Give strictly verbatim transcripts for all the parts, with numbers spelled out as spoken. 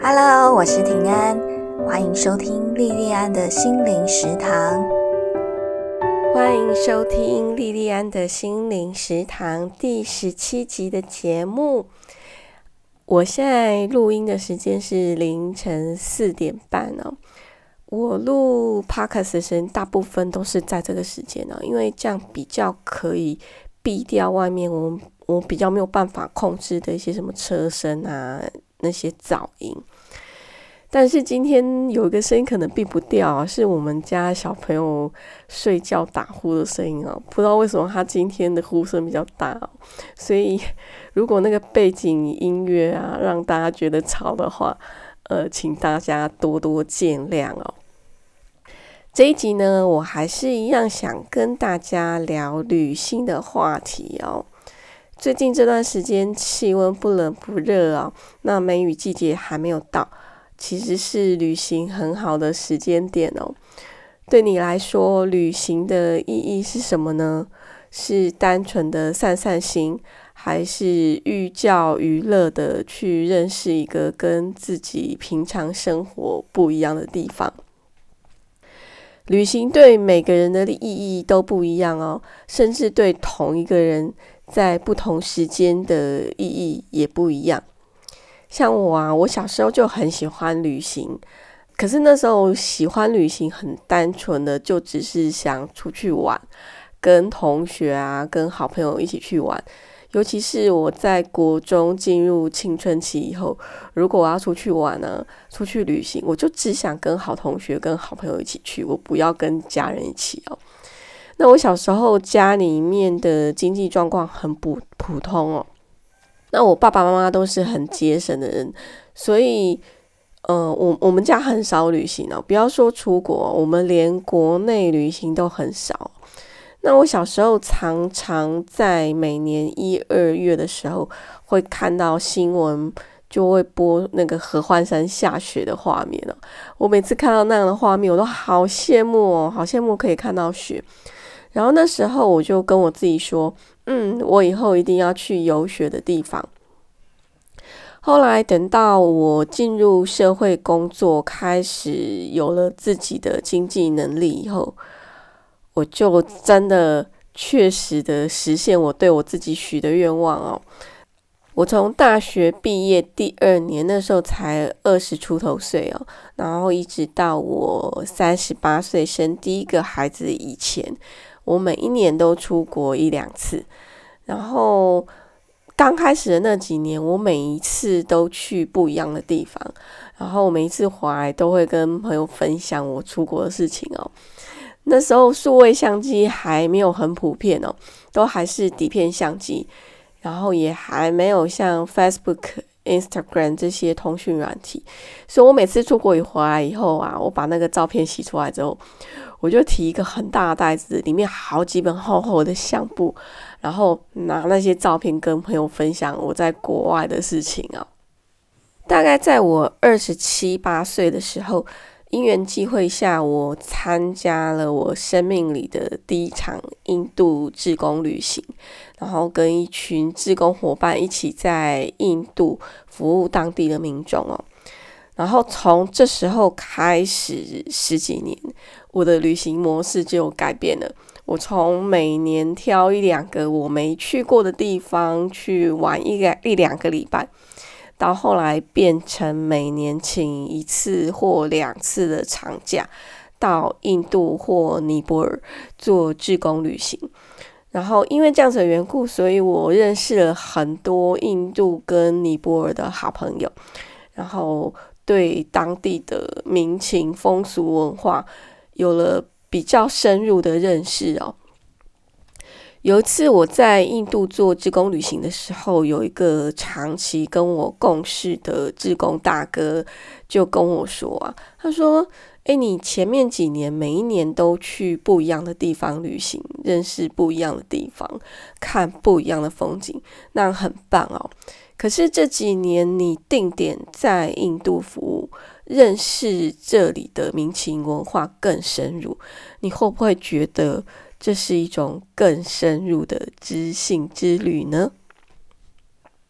Hello， 我是平安，欢迎收听莉莉安的心灵食堂。 欢迎收听莉莉安的心灵食堂第十七集的节目。我现在录音的时间是凌晨四点半哦。我录 podcast 的时间大部分都是在这个时间哦，因为这样比较可以避掉外面我我比较没有办法控制的一些什么车声啊那些噪音。但是今天有一个声音可能避不掉啊，是我们家小朋友睡觉打呼的声音哦。不知道为什么他今天的呼声比较大哦，所以如果那个背景音乐啊让大家觉得吵的话，呃，请大家多多见谅哦。这一集呢，我还是一样想跟大家聊旅行的话题哦。最近这段时间气温不冷不热哦，那梅雨季节还没有到，其实是旅行很好的时间点哦。对你来说，旅行的意义是什么呢？是单纯的散散心，还是寓教于乐的去认识一个跟自己平常生活不一样的地方？旅行对每个人的意义都不一样哦，甚至对同一个人在不同时间的意义也不一样。像我啊，我小时候就很喜欢旅行，可是那时候喜欢旅行很单纯的就只是想出去玩，跟同学啊跟好朋友一起去玩。尤其是我在国中进入青春期以后，如果我要出去玩呢、啊，出去旅行，我就只想跟好同学跟好朋友一起去，我不要跟家人一起哦。那我小时候家里面的经济状况很普普通哦，那我爸爸妈妈都是很节省的人，所以呃，我我们家很少旅行哦，不要说出国，我们连国内旅行都很少。那我小时候常常在每年一二月的时候会看到新闻，就会播那个合欢山下雪的画面哦。我每次看到那样的画面，我都好羡慕哦，好羡慕可以看到雪。然后那时候我就跟我自己说，嗯，我以后一定要去有雪的地方。后来等到我进入社会工作，开始有了自己的经济能力以后，我就真的确实的实现我对我自己许的愿望哦。我从大学毕业第二年，那时候才二十出头岁哦，然后一直到我三十八岁生第一个孩子以前，我每一年都出国一两次。然后刚开始的那几年，我每一次都去不一样的地方，然后每一次回来都会跟朋友分享我出国的事情哦。那时候数位相机还没有很普遍哦，都还是底片相机，然后也还没有像 Facebook、Instagram 这些通讯软体，所以我每次出国一回来以后啊，我把那个照片洗出来之后，我就提一个很大的袋子，里面好几本厚厚的相簿，然后拿那些照片跟朋友分享我在国外的事情啊。大概在我二十七八岁的时候，因缘际会下，我参加了我生命里的第一场印度志工旅行，然后跟一群志工伙伴一起在印度服务当地的民众哦。然后从这时候开始十几年，我的旅行模式就有改变了。我从每年挑一两个我没去过的地方去玩一个一两个礼拜，到后来变成每年请一次或两次的长假，到印度或尼泊尔做志工旅行。然后因为这样子的缘故，所以我认识了很多印度跟尼泊尔的好朋友，然后对当地的民情风俗文化有了比较深入的认识哦。有一次我在印度做志工旅行的时候，有一个长期跟我共事的志工大哥就跟我说啊，他说诶，你前面几年每一年都去不一样的地方旅行，认识不一样的地方，看不一样的风景，那很棒哦。可是这几年你定点在印度服务，认识这里的民情文化更深入，你会不会觉得这是一种更深入的知性之旅呢？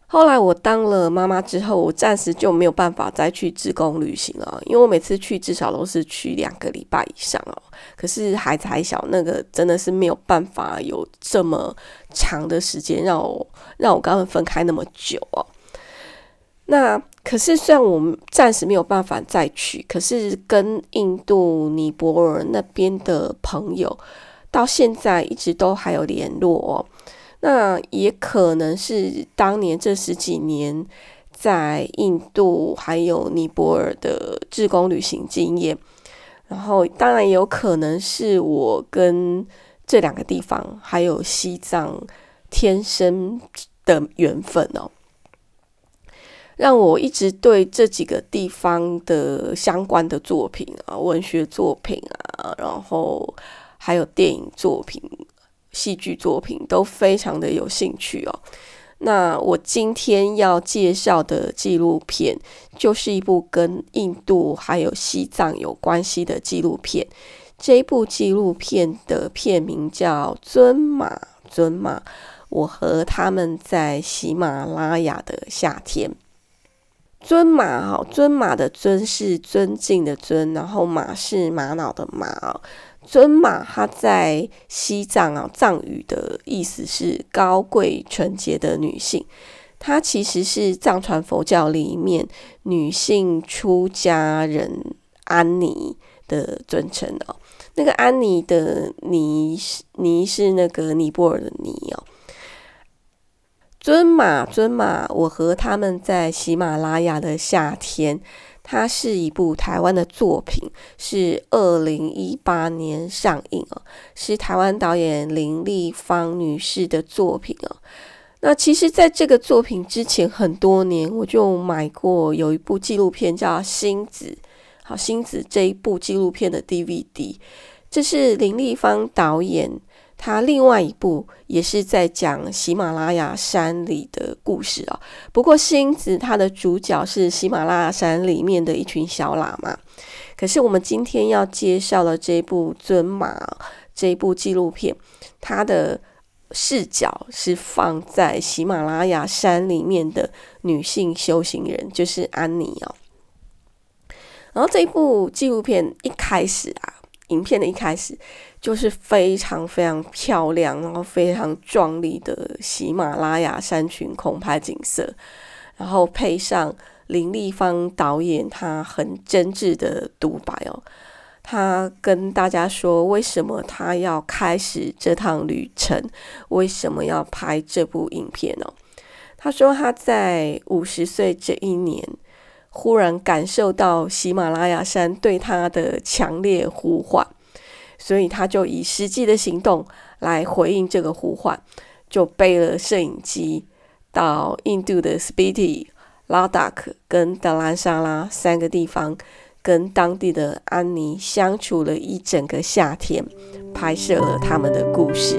后来我当了妈妈之后，我暂时就没有办法再去志工旅行了，因为我每次去至少都是去两个礼拜以上哦。可是孩子还小，那个真的是没有办法有这么长的时间让我让我跟他们分开那么久哦。那可是虽然我们暂时没有办法再去，可是跟印度尼泊尔那边的朋友到现在一直都还有联络哦。那也可能是当年这十几年在印度还有尼泊尔的志工旅行经验，然后当然也有可能是我跟这两个地方还有西藏天生的缘分哦，让我一直对这几个地方的相关的作品啊、文学作品啊，然后还有电影作品、戏剧作品都非常的有兴趣哦。那我今天要介绍的纪录片，就是一部跟印度还有西藏有关系的纪录片。这一部纪录片的片名叫《尊马尊马》，我和他们在喜马拉雅的夏天。尊马哈，尊马的尊是尊敬的尊，然后马是玛瑙的马哦。尊马它在西藏啊，藏语的意思是高贵纯洁的女性，它其实是藏传佛教里面女性出家人安妮的尊称哦。那个安妮的尼尼是那个尼泊尔的尼哦。尊马尊马，我和他们在喜马拉雅的夏天，它是一部台湾的作品，是二零一八年上映哦，是台湾导演林丽芳女士的作品哦。那其实在这个作品之前很多年，我就买过有一部纪录片叫《星子》，好，《星子》这一部纪录片的 D V D， 这是林丽芳导演他另外一部也是在讲喜马拉雅山里的故事哦。不过星子它的主角是喜马拉雅山里面的一群小喇嘛，可是我们今天要介绍的这部尊马这一部纪录片，它的视角是放在喜马拉雅山里面的女性修行人，就是安妮哦。然后这一部纪录片一开始啊，影片的一开始就是非常非常漂亮，然后非常壮丽的喜马拉雅山群空拍景色，然后配上林丽芳导演他很真挚的独白哦，他跟大家说为什么他要开始这趟旅程，为什么要拍这部影片哦。他说他在五十岁这一年，忽然感受到喜马拉雅山对他的强烈呼唤，所以他就以实际的行动来回应这个呼唤，就背了摄影机到印度的 Spiti、拉达克跟德兰萨拉三个地方，跟当地的安妮相处了一整个夏天，拍摄了他们的故事。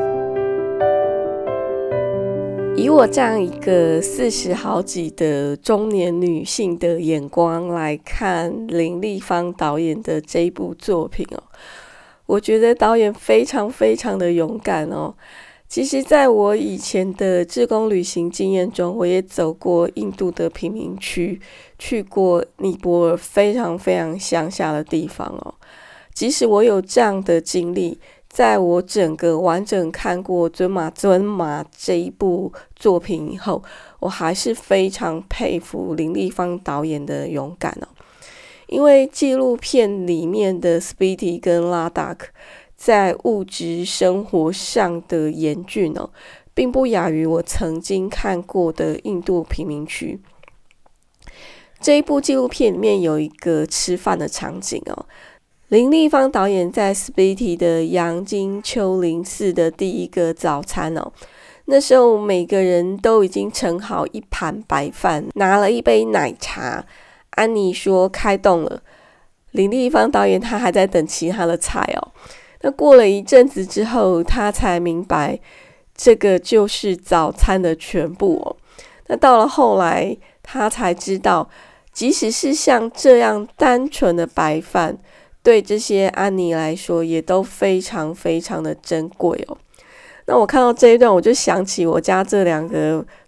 以我这样一个四十好几的中年女性的眼光来看林丽芳导演的这一部作品哦，我觉得导演非常非常的勇敢哦。其实在我以前的志工旅行经验中，我也走过印度的贫民区，去过尼泊尔非常非常乡下的地方哦。即使我有这样的经历，在我整个完整看过《尊马尊马》这一部作品以后，我还是非常佩服林丽芳导演的勇敢哦。因为纪录片里面的 Spiti 跟拉达克在物质生活上的严峻哦，并不亚于我曾经看过的印度贫民区。这一部纪录片里面有一个吃饭的场景哦，林丽芳导演在 Spiti 的杨金丘陵寺的第一个早餐哦，那时候每个人都已经盛好一盘白饭，拿了一杯奶茶。安妮说开动了，林丽芳导演他还在等其他的菜哦。那过了一阵子之后，他才明白这个就是早餐的全部哦。那到了后来，他才知道，即使是像这样单纯的白饭，对这些安妮来说也都非常非常的珍贵哦。那我看到这一段，我就想起我家这两个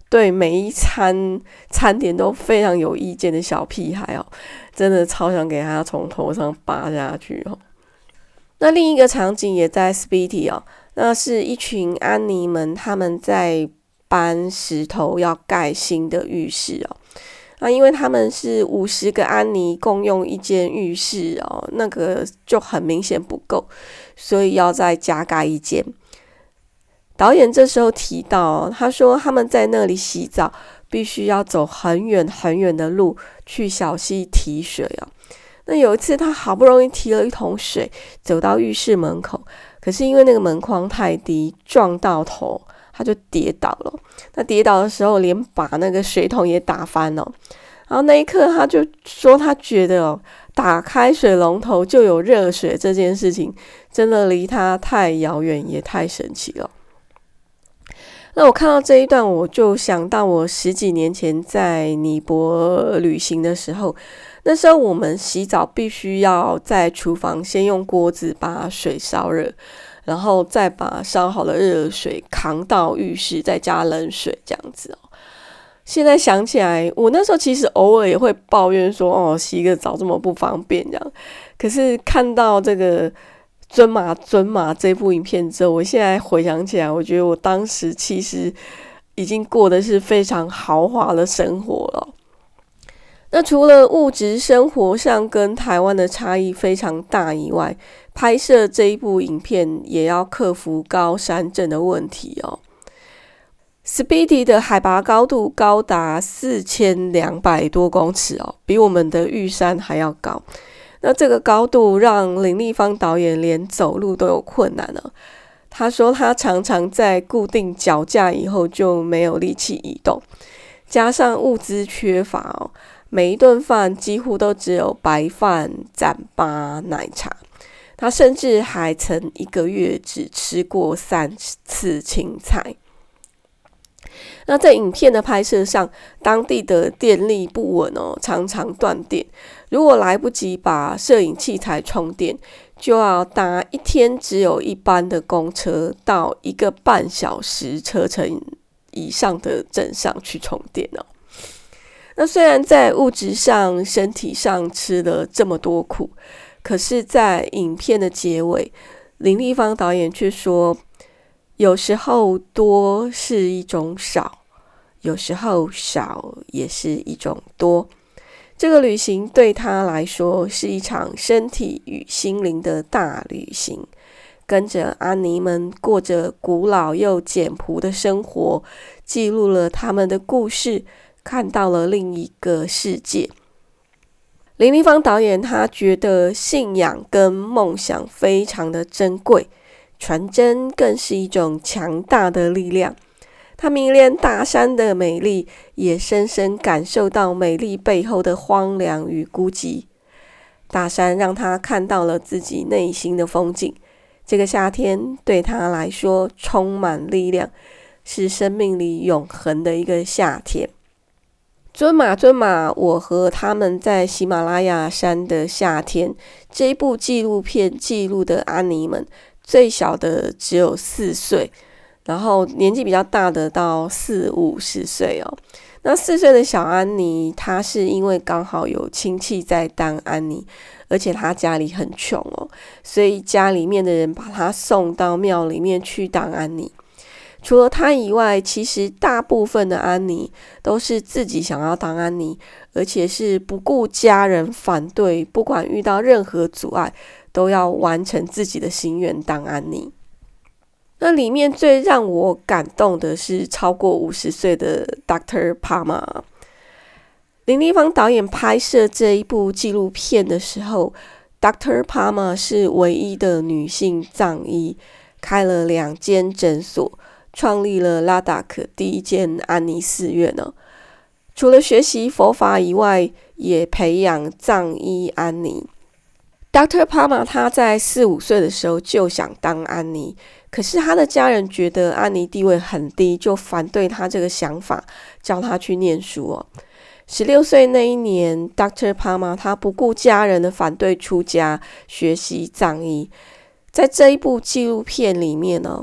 对每一餐餐点都非常有意见的小屁孩哦，真的超想给他从头上扒下去哦。那另一个场景也在 Speedy 哦，那是一群安妮们，他们在搬石头要盖新的浴室哦。啊，因为他们是五十个安妮共用一间浴室哦，那个就很明显不够，所以要再加盖一间。导演这时候提到哦，他说他们在那里洗澡必须要走很远很远的路去小溪提水哦。那有一次他好不容易提了一桶水走到浴室门口，可是因为那个门框太低，撞到头他就跌倒了。那跌倒的时候连把那个水桶也打翻了。然后那一刻他就说他觉得哦，打开水龙头就有热水这件事情真的离他太遥远也太神奇了。那我看到这一段，我就想到我十几年前在尼泊尔旅行的时候，那时候我们洗澡必须要在厨房先用锅子把水烧热，然后再把烧好的热水扛到浴室，再加冷水这样子哦。现在想起来，我那时候其实偶尔也会抱怨说，哦，洗个澡这么不方便这样。可是看到这个尊马尊马这部影片之后，我现在回想起来，我觉得我当时其实已经过的是非常豪华的生活了。那除了物质生活上跟台湾的差异非常大以外，拍摄这一部影片也要克服高山症的问题哦。Speedy 的海拔高度高达四千两百多公尺哦，比我们的玉山还要高。那这个高度让林立方导演连走路都有困难了。他说他常常在固定脚架以后就没有力气移动，加上物资缺乏哦，每一顿饭几乎都只有白饭、糌粑、奶茶。他甚至还曾一个月只吃过三次青菜。那在影片的拍摄上，当地的电力不稳哦，常常断电。如果来不及把摄影器材充电，就要搭一天只有一班的公车到一个半小时车程以上的镇上去充电哦。那虽然在物质上、身体上吃了这么多苦，可是在影片的结尾，林立方导演却说，有时候多是一种少，有时候少也是一种多。这个旅行对他来说是一场身体与心灵的大旅行，跟着安妮们过着古老又简朴的生活，记录了他们的故事，看到了另一个世界。林立方导演他觉得信仰跟梦想非常的珍贵，传真更是一种强大的力量。他迷恋大山的美丽，也深深感受到美丽背后的荒凉与孤寂。大山让他看到了自己内心的风景。这个夏天对他来说充满力量，是生命里永恒的一个夏天。尊马尊马，我和他们在喜马拉雅山的夏天，这一部纪录片记录的安妮们，最小的只有四岁，然后年纪比较大的到四五十岁哦。那四岁的小安妮，她是因为刚好有亲戚在当安妮，而且她家里很穷哦，所以家里面的人把她送到庙里面去当安妮。除了她以外，其实大部分的安妮都是自己想要当安妮，而且是不顾家人反对，不管遇到任何阻碍，都要完成自己的心愿当安妮。那里面最让我感动的是超过五十岁的 Doctor Parma。 林立方导演拍摄这一部纪录片的时候， Doctor Parma 是唯一的女性藏医，开了两间诊所，创立了拉达克第一间安妮寺院哦。除了学习佛法以外，也培养藏医安妮。Doctor Parma 他在四五岁的时候就想当安妮，可是他的家人觉得安妮地位很低，就反对他这个想法，叫他去念书哦。十六岁那一年 Doctor Parma 他不顾家人的反对出家学习藏医。在这一部纪录片里面呢、哦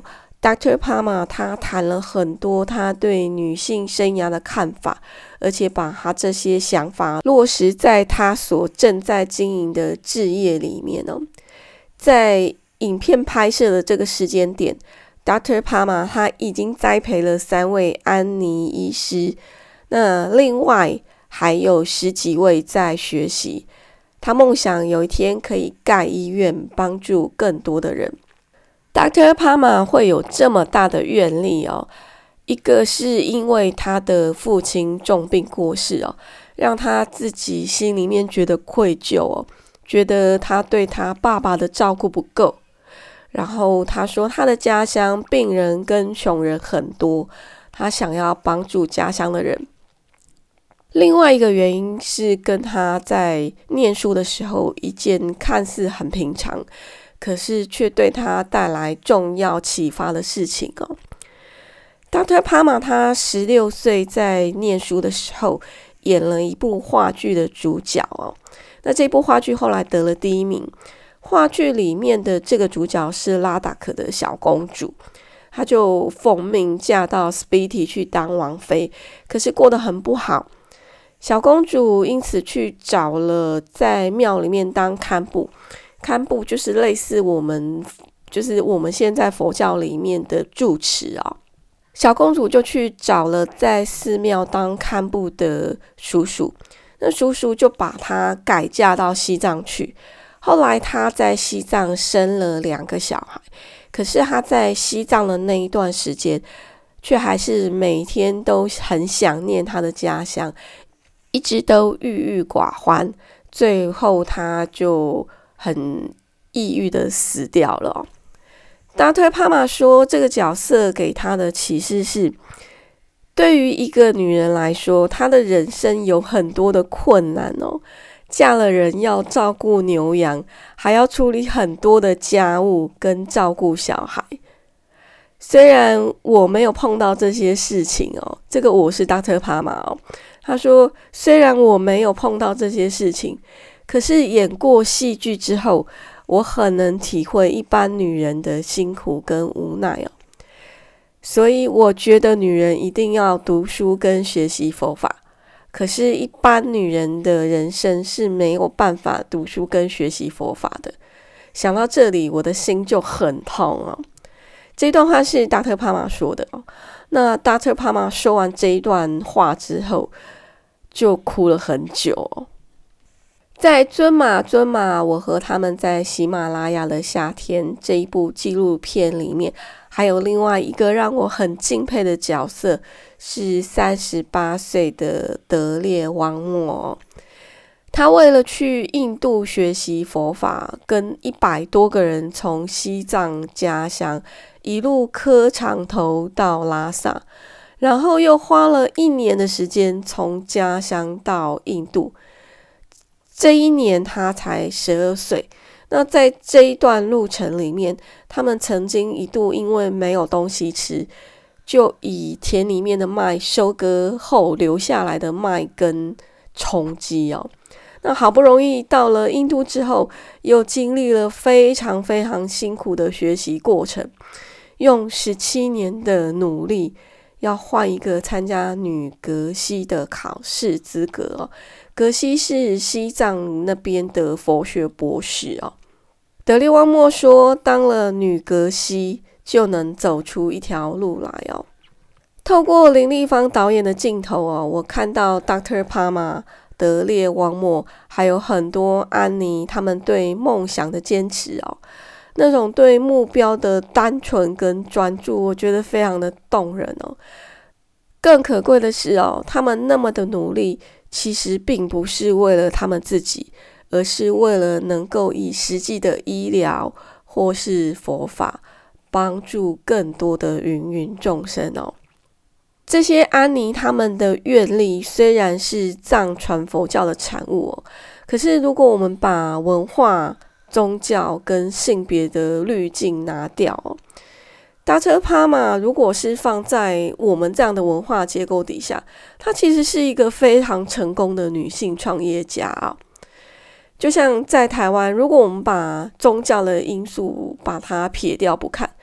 Doctor Pama 他谈了很多他对女性生涯的看法，而且把他这些想法落实在他所正在经营的志业里面哦。在影片拍摄的这个时间点， Doctor Pama 他已经栽培了三位安妮医师，那另外还有十几位在学习。他梦想有一天可以盖医院，帮助更多的人。Doctor Pama 会有这么大的愿力哦，一个是因为他的父亲重病过世哦，让他自己心里面觉得愧疚哦，觉得他对他爸爸的照顾不够。然后他说他的家乡病人跟穷人很多，他想要帮助家乡的人。另外一个原因是跟他在念书的时候一件看似很平常，可是却对他带来重要启发的事情哦。Doctor Pama 他十六岁在念书的时候演了一部话剧的主角哦，那这部话剧后来得了第一名。话剧里面的这个主角是拉达克的小公主，她就奉命嫁到 Spiti 去当王妃，可是过得很不好。小公主因此去找了在庙里面当看部，看部就是类似我们就是我们现在佛教里面的住持啊、哦。小公主就去找了在寺庙当看部的叔叔，那叔叔就把她改嫁到西藏去。后来她在西藏生了两个小孩，可是她在西藏的那一段时间，却还是每天都很想念她的家乡，一直都郁郁寡欢，最后他就很抑郁的死掉了、哦。Doctor Pama 说，这个角色给他的启示是，对于一个女人来说，她的人生有很多的困难哦。嫁了人要照顾牛羊，还要处理很多的家务跟照顾小孩。虽然我没有碰到这些事情哦，这个我是 Doctor Pama 哦。他说，虽然我没有碰到这些事情，可是演过戏剧之后，我很能体会一般女人的辛苦跟无奈哦。所以我觉得女人一定要读书跟学习佛法，可是一般女人的人生是没有办法读书跟学习佛法的。想到这里，我的心就很痛哦。这段话是 Doctor Pama 说的哦。那 Doctor Pama 说完这一段话之后，就哭了很久哦。在尊马尊马，我和他们在喜马拉雅的夏天这一部纪录片里面，还有另外一个让我很敬佩的角色，是三十八岁的德列汪默哦。他为了去印度学习佛法，跟一百多个人从西藏家乡一路磕长头到拉萨，然后又花了一年的时间从家乡到印度。这一年他才十二岁。那在这一段路程里面，他们曾经一度因为没有东西吃，就以田里面的麦收割后留下来的麦根充饥哦。那好不容易到了印度之后，又经历了非常非常辛苦的学习过程，用十七年的努力，要换一个参加女格西的考试资格哦。格西是西藏那边的佛学博士哦。德列汪默说，当了女格西就能走出一条路来哦。透过林立芳导演的镜头哦，我看到 Doctor Pama、德列汪默还有很多安妮他们对梦想的坚持哦，那种对目标的单纯跟专注，我觉得非常的动人哦。更可贵的是哦，他们那么的努力，其实并不是为了他们自己，而是为了能够以实际的医疗或是佛法帮助更多的芸芸众生哦。这些安妮他们的愿力虽然是藏传佛教的产物哦，可是如果我们把文化、宗教跟性别的滤镜拿掉哦，Doctor Pama 如果是放在我们这样的文化结构底下，她其实是一个非常成功的女性创业家哦。就像在台湾，如果我们把宗教的因素把它撇掉不看，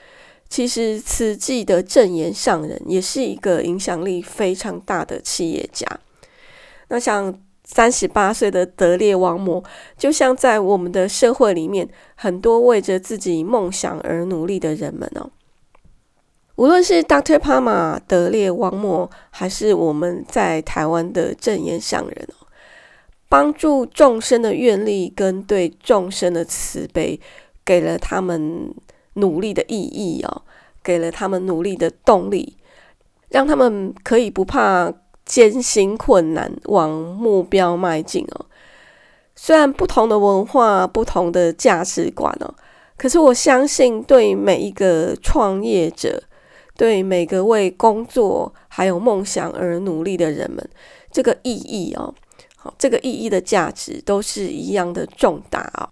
其实慈济的证严上人也是一个影响力非常大的企业家。那像三十八岁的德列王摩，就像在我们的社会里面，很多为着自己梦想而努力的人们哦。无论是 doctor Pama 德列王摩，还是我们在台湾的证严上人哦，帮助众生的愿力跟对众生的慈悲，给了他们努力的意义哦，给了他们努力的动力，让他们可以不怕艰辛困难往目标迈进哦。虽然不同的文化、不同的价值观哦，可是我相信对每一个创业者，对每个为工作还有梦想而努力的人们，这个意义哦，这个意义的价值都是一样的重大哦。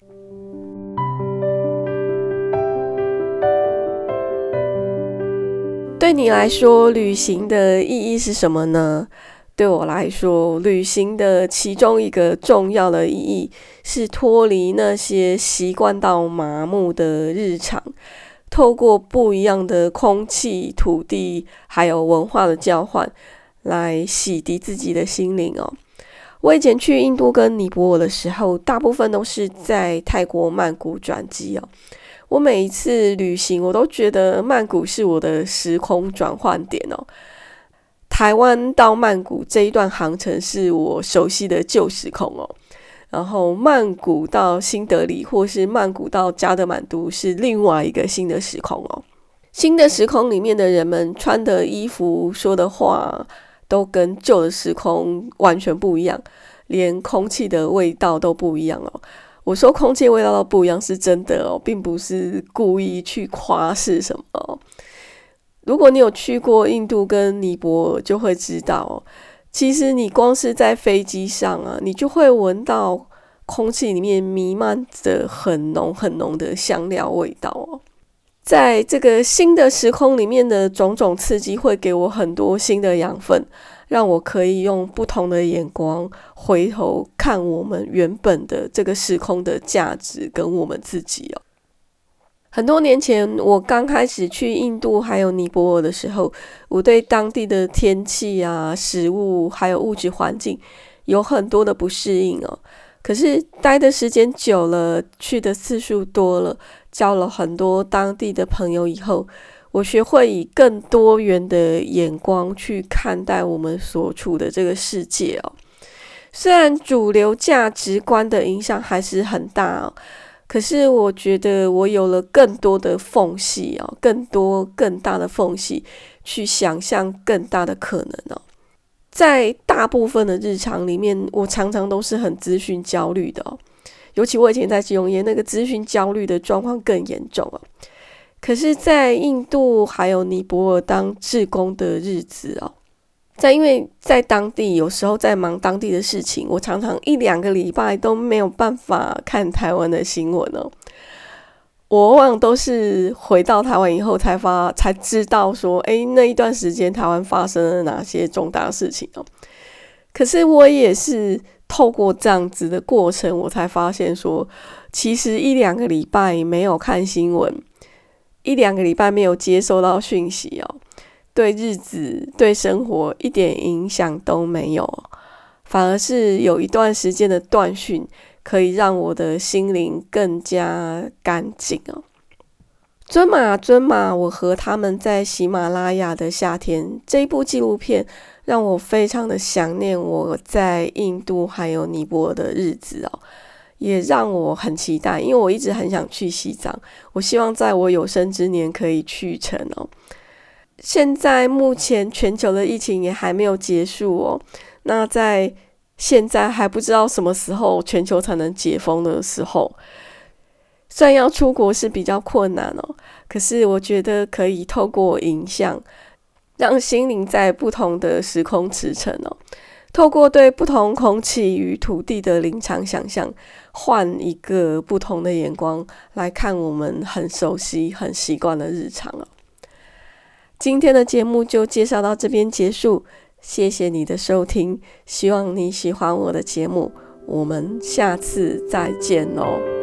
对你来说，旅行的意义是什么呢？对我来说，旅行的其中一个重要的意义是脱离那些习惯到麻木的日常，透过不一样的空气、土地还有文化的交换，来洗涤自己的心灵哦。我以前去印度跟尼泊尔的时候，大部分都是在泰国曼谷转机哦。我每一次旅行，我都觉得曼谷是我的时空转换点哦。台湾到曼谷这一段航程是我熟悉的旧时空哦，然后曼谷到新德里或是曼谷到加德满都是另外一个新的时空哦。新的时空里面的人们穿的衣服、说的话都跟旧的时空完全不一样，连空气的味道都不一样哦。我说空气味道都不一样是真的哦，并不是故意去夸饰什么哦。如果你有去过印度跟尼泊尔，就会知道哦，其实你光是在飞机上啊，你就会闻到空气里面弥漫着很浓很浓的香料味道哦。在这个新的时空里面的种种刺激，会给我很多新的养分，让我可以用不同的眼光回头看我们原本的这个时空的价值跟我们自己哦。很多年前我刚开始去印度还有尼泊尔的时候，我对当地的天气啊、食物还有物质环境有很多的不适应哦。可是待的时间久了，去的次数多了，交了很多当地的朋友以后，我学会以更多元的眼光去看待我们所处的这个世界哦。虽然主流价值观的影响还是很大哦，可是我觉得我有了更多的缝隙哦，更多更大的缝隙去想象更大的可能哦。在大部分的日常里面，我常常都是很资讯焦虑的哦，尤其我以前在金融业，那个资讯焦虑的状况更严重哦。可是在印度还有尼泊尔当志工的日子哦，在因为在当地有时候在忙当地的事情，我常常一两个礼拜都没有办法看台湾的新闻哦。我往往都是回到台湾以后才发才知道说，诶，那一段时间台湾发生了哪些重大事情哦。可是我也是透过这样子的过程，我才发现说，其实一两个礼拜没有看新闻，一两个礼拜没有接收到讯息哦，对日子、对生活一点影响都没有，反而是有一段时间的断讯，可以让我的心灵更加干净哦。尊马尊马，我和他们在喜马拉雅的夏天这一部纪录片，让我非常的想念我在印度还有尼泊尔的日子哦，也让我很期待，因为我一直很想去西藏，我希望在我有生之年可以去成哦。现在目前全球的疫情也还没有结束哦，那在现在还不知道什么时候全球才能解封的时候，虽然要出国是比较困难哦，可是我觉得可以透过影像，让心灵在不同的时空驰骋哦，透过对不同空气与土地的临场想象，换一个不同的眼光来看我们很熟悉、很习惯的日常哦。今天的节目就介绍到这边结束，谢谢你的收听，希望你喜欢我的节目，我们下次再见哦。